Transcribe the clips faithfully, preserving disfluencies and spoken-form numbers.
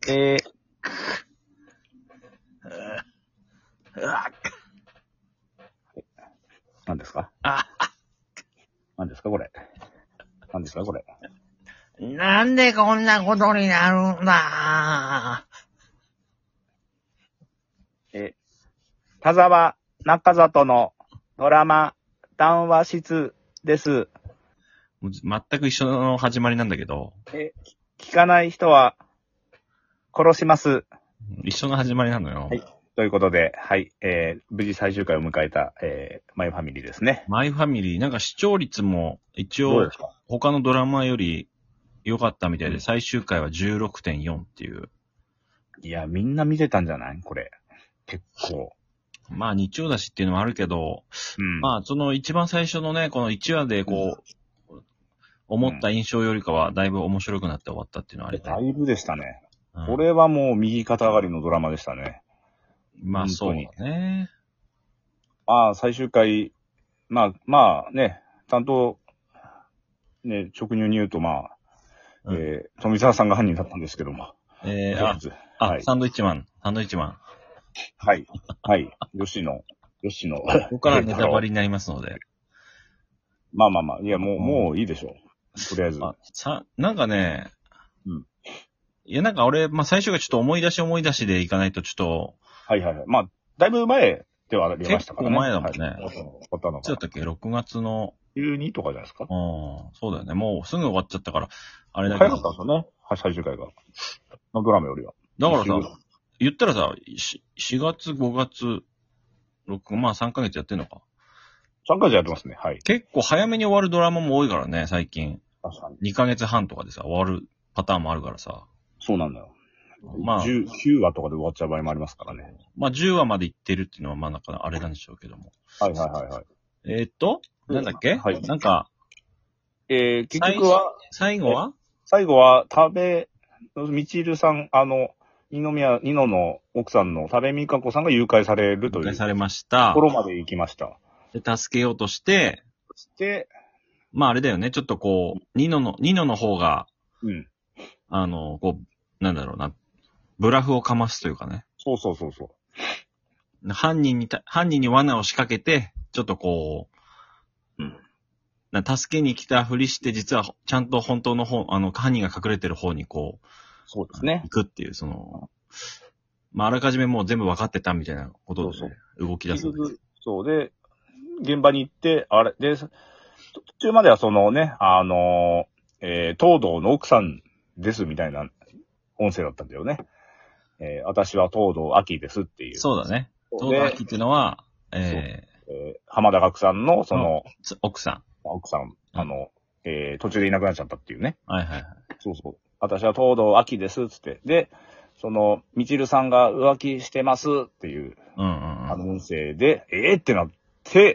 えー、 うわ何ですかあ、 何ですかこれ。何ですかこれ。 なんでこんなことになるんだ。 えー、田沢中里のドラマ談話室です。 もう全く一緒の始まりなんだけど、 えー、聞かない人は殺します。 一緒の始まりなのよ。 はい。ということで、はい、えー、無事最終回を迎えた、えー、マイファミリーですね。 マイファミリー、なんか視聴率も一応どうですか？ 他のドラマより良かったみたいで、 うん、 最終回は じゅうろくてんよん っていう。 いや、みんな見てたんじゃないこれ。結構。 まあ日曜だしっていうのもあるけど、 うん。 まあその一番最初のね、このいちわでこう、うん、思った印象よりかはだいぶ面白くなって終わったっていうのはありたい。 だいぶでしたね。 うん、 これはもう右肩上がりのドラマでしたね。 まあそうだね。 まあ最終回、まあまあね、ちゃんと、ね、直入に言うとまあ、うん、えー、富澤さんが犯人だったんですけども。 えー、あ、あ、はい、サンドイッチマン、サンドイッチマン。 はい。はい。吉野、吉野。 ここからネタバレになりますので。 まあまあまあ、いやもう、もういいでしょう。とりあえず。 あ、さ、なんかね、 うん。 いやなんか俺、まあ最初がちょっと思い出し思い出しでいかないとちょっと。 はいはいはい。まあ、だいぶ前ではありましたからね。 結構前だもんね。はい、 終わったのいつだったっけ ?ろく 月の。 じゅうにとかじゃないですか。 うん、そうだよね。もうすぐ終わっちゃったから、あれだけど。早かったんですよね。はい、最終回が。のドラマよりは。 だからさ、言ったらさ、しがつ、ごがつ、ろく、まあさんかげつやってんのか。 さんかげつやってますね。はい。 結構早めに終わるドラマも多いからね、最近。 確かに。 にかげつはんとかでさ、終わるパターンもあるからさ。 そうなんだよ。 まあ。 じゅうきゅうわとかで終わっちゃう場合もありますからね。 まあじゅうわまでいってるっていうのはまあなんかあれなんでしょうけども。 はいはいはいはい。 えー、っと、なんだっけ、はい、なんか、 えー、結局は、 最後は最後は、食べ、みちるさん、あの、二宮、二野の奥さんの多部未華子さんが誘拐されるという。 誘拐されました。 ところまで行きました。 で、助けようとして、 そして、 まああれだよね、ちょっとこう、二野の、二野の方が、 うん。 あの、こう、なんだろうな、ブラフをかますというかね。 そうそうそうそう。 犯人にた、犯人に罠を仕掛けて、ちょっとこう、うん。な助けに来たふりして、実はちゃんと本当の方、あの、犯人が隠れてる方にこう、 そうですね。 行くっていう、その、まあ、あらかじめもう全部分かってたみたいなことで、ね、そうそう動き出すんです。 そうで、現場に行って、あれ、で、途中まではそのね、あの、えー、東堂の奥さんですみたいな音声だったんだよね。えー、私は東堂秋ですっていう。 そうだね。東堂秋っていうのは、えーえー、浜田岳さんのその、 奥さん。 奥さん、あの、うん、えー、途中でいなくなっちゃったっていうね。 はいはいはい。 そうそう。私は東堂秋ですっつって。で、その、みちるさんが浮気してますっていう、 うんうんうん、 あの音声で、えーってなって、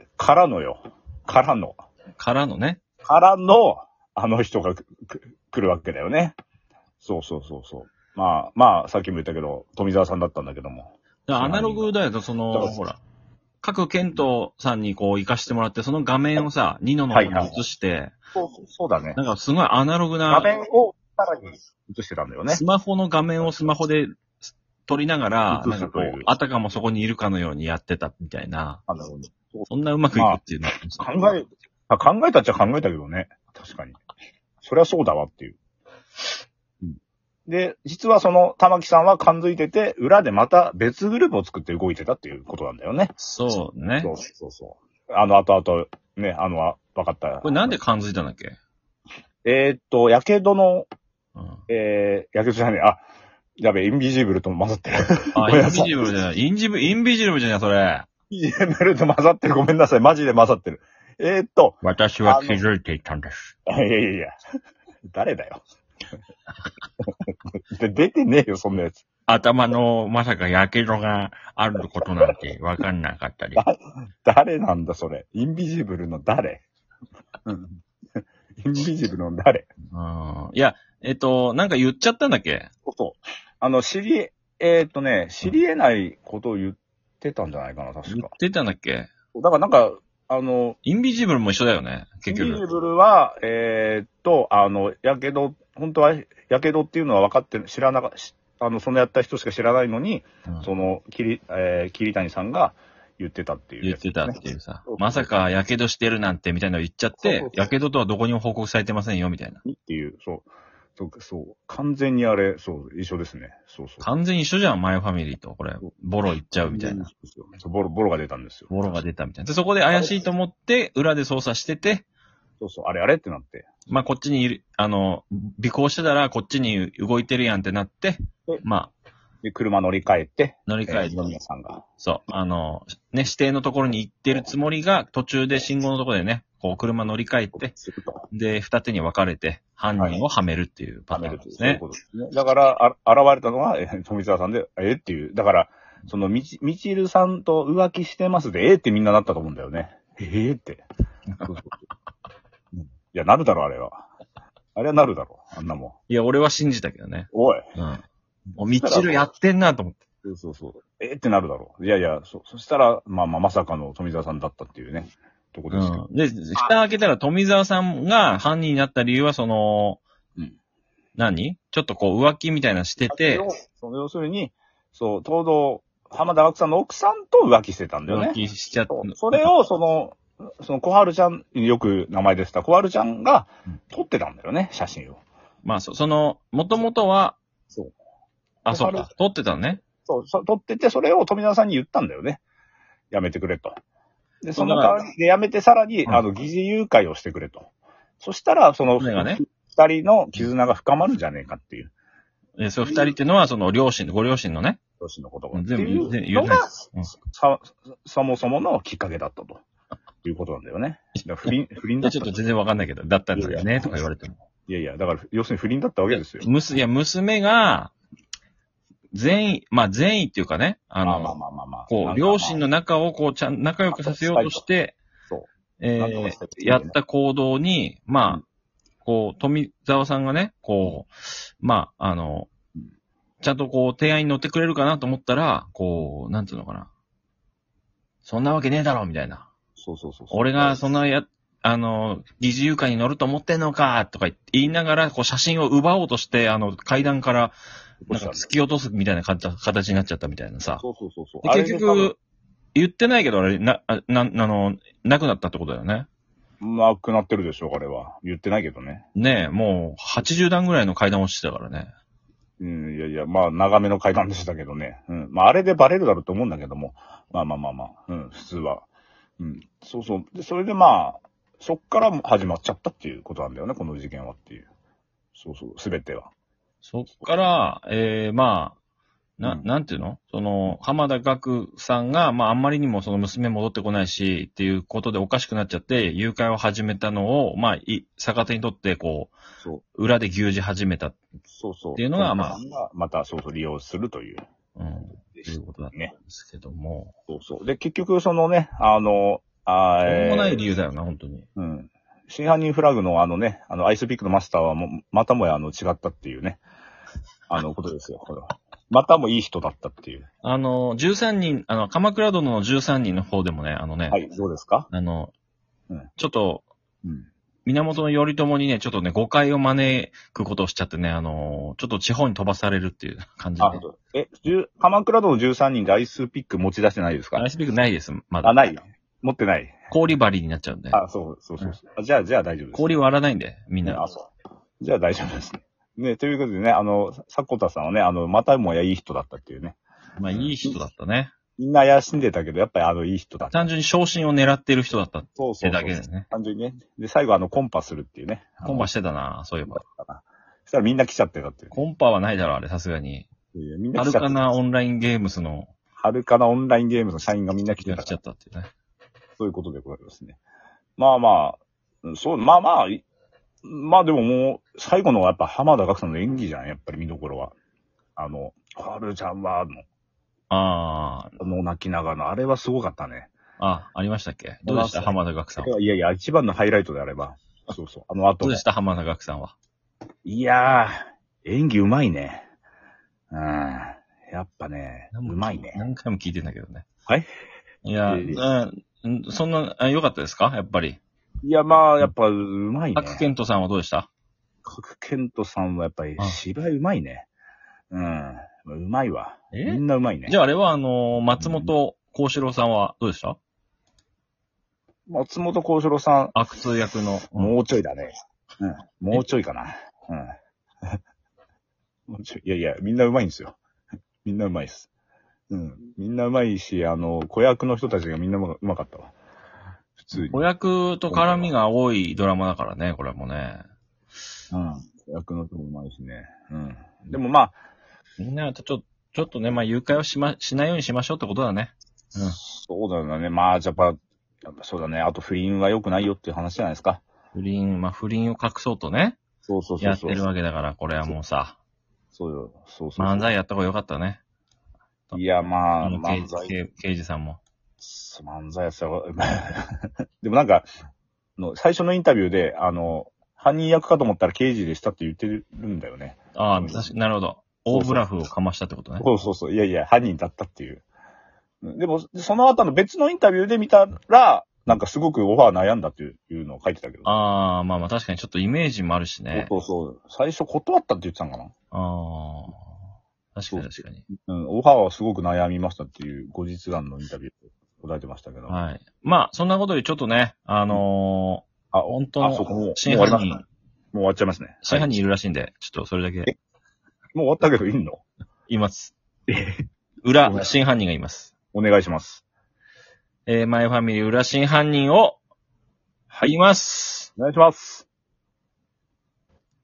からのよ。からの。 からのね。 からの、あの人が来るわけだよね。そうそうそうそう。まあ、まあ、さっきも言ったけど、富澤さんだったんだけども。 アナログだよ、その、ほら。各ケントさんにこう行かしてもらって、その画面をさ、ニノの方に映して、はいはい、 そうそうだね。 なんかすごいアナログな。 画面をさらに映してたんだよね。 スマホの画面をスマホで撮りながら、なんかこう、あたかもそこにいるかのようにやってたみたいな。 あ、なるほど。 そんなうまくいくっていうのは、 まあ、考え、考えたっちゃ考えたけどね。確かに。そりゃそうだわっていう。うん、で、実はその玉木さんは感づいてて、裏でまた別グループを作って動いてたっていうことなんだよね。 そうね。 そうそうそう。あの後々、ね、あの、分かった。 これなんで感づいたんだっけ？ えー、っと、やけどの、 うん、 えー、やけどじゃねえ、あ、やべえ、インビジブルと混ざってる。 あ、インビジブルじゃない。インジブ、インビジブルじゃない、それ。 インビジブルと混ざってる。ごめんなさい。マジで混ざってる。えー、っと。 私は気づいていたんです。 いやいやいや。誰だよ。出てねえよ、そんなやつ。 頭の、まさかやけどがあることなんてわかんなかったり。 誰なんだ、それ。インビジブルの誰インビジブルの誰うん。いや、えっと、なんか言っちゃったんだっけ？ そうそう。あの、知り、えー、っとね、知り得ないことを言ってたんじゃないかな、確か。 言ってたんだっけ？ だからなんか、あの、 インビジブルも一緒だよね、結局。 インビジブルは、えー、っと、あの、やけど、本当は、やけどっていうのは分かって、知らなか、知っあの、そのやった人しか知らないのに、 うん、 その、桐、えー、桐谷さんが言ってたっていう、 ね。言ってたっていうさ。まさか、やけどしてるなんて、みたいなの言っちゃって、やけどとはどこにも報告されてませんよ、みたいな。 っていう、そう。そう、そう。完全にあれ、そう、一緒ですね。そうそう。 完全に一緒じゃん、マイファミリーと。これ、ボロいっちゃうみたいな。 そうボロ、ボロが出たんですよ。 ボロが出たみたいな。で、そこで怪しいと思って、裏で操作してて、 そうそう、あれあれってなって。 まあ、こっちにいる、あの、尾行してたら、こっちに動いてるやんってなって、まあ。 で、車乗り換えて。 乗り換えて。 野宮さんが。 そう。あの、ね、指定のところに行ってるつもりが、途中で信号のところでね、こう、車乗り換えて、で、二手に分かれて、犯人をはめるっていうパターンですね。はい、そういうことですね。 だから、あ、現れたのは、え、富澤さんで、えっていう。だから、その、みち、みちるさんと浮気してますで、えってみんななったと思うんだよね。えーって。そうそういや、なるだろ、あれは。あれはなるだろ、あんなもん。 いや、俺は信じたけどね。 おい。 うん。もう、みちるやってんなと思って。 そうそうそう。えー、ってなるだろう。いやいや、そ、そしたら、まあまあ、まさかの富澤さんだったっていうね、とこですけど。 うん。で、蓋開けたら富澤さんが犯人になった理由は、その、うん。何ちょっとこう、浮気みたいなしてて。 その要するに、そう、東堂、浜田岳さんの奥さんと浮気してたんだよね。 浮気しちゃった。 それを、その、その小春ちゃん、よく名前でした、小春ちゃんが撮ってたんだよね、写真を。 まあ、そ、その、もともとは、 そう。 あ、そうか、撮ってたのね。 そう、そ撮ってて、それを富澤さんに言ったんだよね。やめてくれと。で、その代わりでやめて、さらに、うん、あの、疑似誘拐をしてくれと。そしたら、その、二、ね、人の絆が深まるんじゃねえかっていう。 え、そう、二人っていうのは、その、両親、ご両親のね。 両親のことが。 全部、全部言うのが、うん、さ、そもそものきっかけだったと。いうことなんだよね。だ不倫、不倫だった。 ちょっと全然わかんないけど、だったんだよね、とか言われても。 いやいや、だから、要するに不倫だったわけですよ。 むす、いや、娘が、善意、まあ善意っていうかね、あの、 まあまあまあまあ、 こう、まあ、両親の仲をこう、ちゃん、仲良くさせようとして、そう。えー、ね、やった行動に、まあ、うん、こう、富澤さんがね、こう、まあ、あの、ちゃんとこう、提案に乗ってくれるかなと思ったら、こう、なんていうのかな。そんなわけねえだろ、みたいな。 そうそうそう。 俺がそんなや、あの、疑似誘拐に乗ると思ってんのか、とか言いながら、こう、写真を奪おうとして、あの、階段から、なんか突き落とすみたいな形になっちゃったみたいなさ。 そうそうそうそう。 結局、言ってないけど、あれ、な、な、あの、なくなったってことだよね。 なくなってるでしょ、あれは。言ってないけどね。 ねえ、もう、はちじゅうだんぐらいの階段落ちてたからね。 うん、いやいや、まあ、長めの階段でしたけどね。うん。まあ、あれでバレるだろうと思うんだけども。まあまあまあまあ。うん、普通は。うん。そうそう。で、それでまあ、そっから始まっちゃったっていうことなんだよね、この事件はっていう。そうそう、すべては。 そっから、ええー、まあ、な、うん、なんていうのその、浜田岳さんが、まあ、あんまりにもその娘戻ってこないし、っていうことでおかしくなっちゃって、誘拐を始めたのを、まあ、い、逆手にとって、こう、そう、裏で牛耳始めた。そうそう。っていうのが、まあ。 また、そうそう、利用するという。 うん。ということだったんですけども。 そうそう。で、結局、そのね、あの、あー、しょうもない理由だよな、本当に。 うん。真犯人フラグのあのね、あの、アイスピックのマスターはも、またもや、あの、違ったっていうね。あの、ことですよ、これは。またもいい人だったっていう。 あの、じゅうさんにん、あの、鎌倉殿のじゅうさんにんの方でもね、あのね。 はい、どうですか？ あの、うん、ちょっと、うん、源頼朝にね、ちょっとね、誤解を招くことをしちゃってね、あの、ちょっと地方に飛ばされるっていう感じで。あ、 え、鎌倉殿じゅうさんにんでアイスピック持ち出してないですか？ アイスピックないです、まだ。 あ、ない持ってない。 氷張りになっちゃうんで。 あ、そう、そうそうそう、うん。じゃあ、じゃあ大丈夫です。 氷割らないんで、みんな。 あ、そう。じゃあ大丈夫ですね。ね、ということでね、あの、迫田さんはね、あの、またもやいい人だったっていうね。 まあ、いい人だったね。 みんな怪しんでたけど、やっぱりあの、いい人だった。 単純に昇進を狙ってる人だったってだけでね。そうそうそう、 単純にね。で、最後あの、コンパするっていうね。 コンパしてたな、そういえば。 そしたらみんな来ちゃってたっていう、ね。 コンパはないだろ、あれ、さすがに。いや、みんな来ちゃってた。はるかなオンラインゲームスの。 はるかなオンラインゲームズの社員がみんな来てた。 来ちゃったっていうね。 そういうことでございますね。まあまあ、そう、まあまあ、まあでももう、最後のやっぱ浜田岳さんの演技じゃん、やっぱり見どころは。あの、はるちゃんは、の、 ああの泣きながらの、あれはすごかったね。 あ、ありましたっけ？どうでした浜田岳さんは。 いやいや、一番のハイライトであれば。そうそう。あの後。 どうでした浜田岳さんは。 いやー、演技うまいね。うん。やっぱね、うまいね。 何回も聞いてんだけどね。 はい？ いや、うん、そんな、良かったですかやっぱり。 いや、まあ、やっぱ、うまいね。 角健人さんはどうでした？ 角健人さんはやっぱり芝居うまいね。うん。 うまいわ。 えみんなうまいね。 じゃああれはあのー、松本幸四郎さんはどうでした？ 松本幸四郎さん。 阿久津役の。 うん、もうちょいだね。うん。もうちょいかな。うん。もうちょい。いやいや、みんなうまいんですよ。みんなうまいです。うん。みんなうまいし、あの、子役の人たちがみんなうまかったわ。普通に。 子役と絡みが多いドラマだからね、これもね。 うん。子役の人もうまいしね。うん。でもまあ。 みんなとちょ、ちょっとね、まあ誘拐をしま、しないようにしましょうってことだね。 うん。そうだよね。まあ、やっぱ、そうだね。あと不倫は良くないよっていう話じゃないですか。 不倫、まあ不倫を隠そうとね。 そうそうそうそう。 やってるわけだから、これはもうさ。 そうよ。そうそうそう。 漫才やった方が良かったね。 いや、まあ、 あの漫才。 刑刑事さんも。 漫才やったら、でもなんか、の最初のインタビューで、あの、犯人役かと思ったら刑事でしたって言ってるんだよね。 ああ、確かなるほど。大ブラフをかましたってことね。 そうそうそう。いやいや、犯人だったっていう。でも、その後の別のインタビューで見たら、なんかすごくオファー悩んだっていうのを書いてたけど。 ああ、まあまあ確かにちょっとイメージもあるしね。 そうそうそう。最初断ったって言ってたのかな。 ああ、確かに確かに。 うん、オファーはすごく悩みましたっていう後日談のインタビューで答えてましたけど。 はい。まあ、そんなことよりちょっとね、あのー、 あ、 本当の真犯人、 もう終わっちゃいますね。 真犯人いるらしいんで、ちょっとそれだけ。 もう終わったけどいいの？ います。裏、真犯人がいます。 お願いします。 えー、マイファミリー裏真犯人を、はい、います。 お願いします。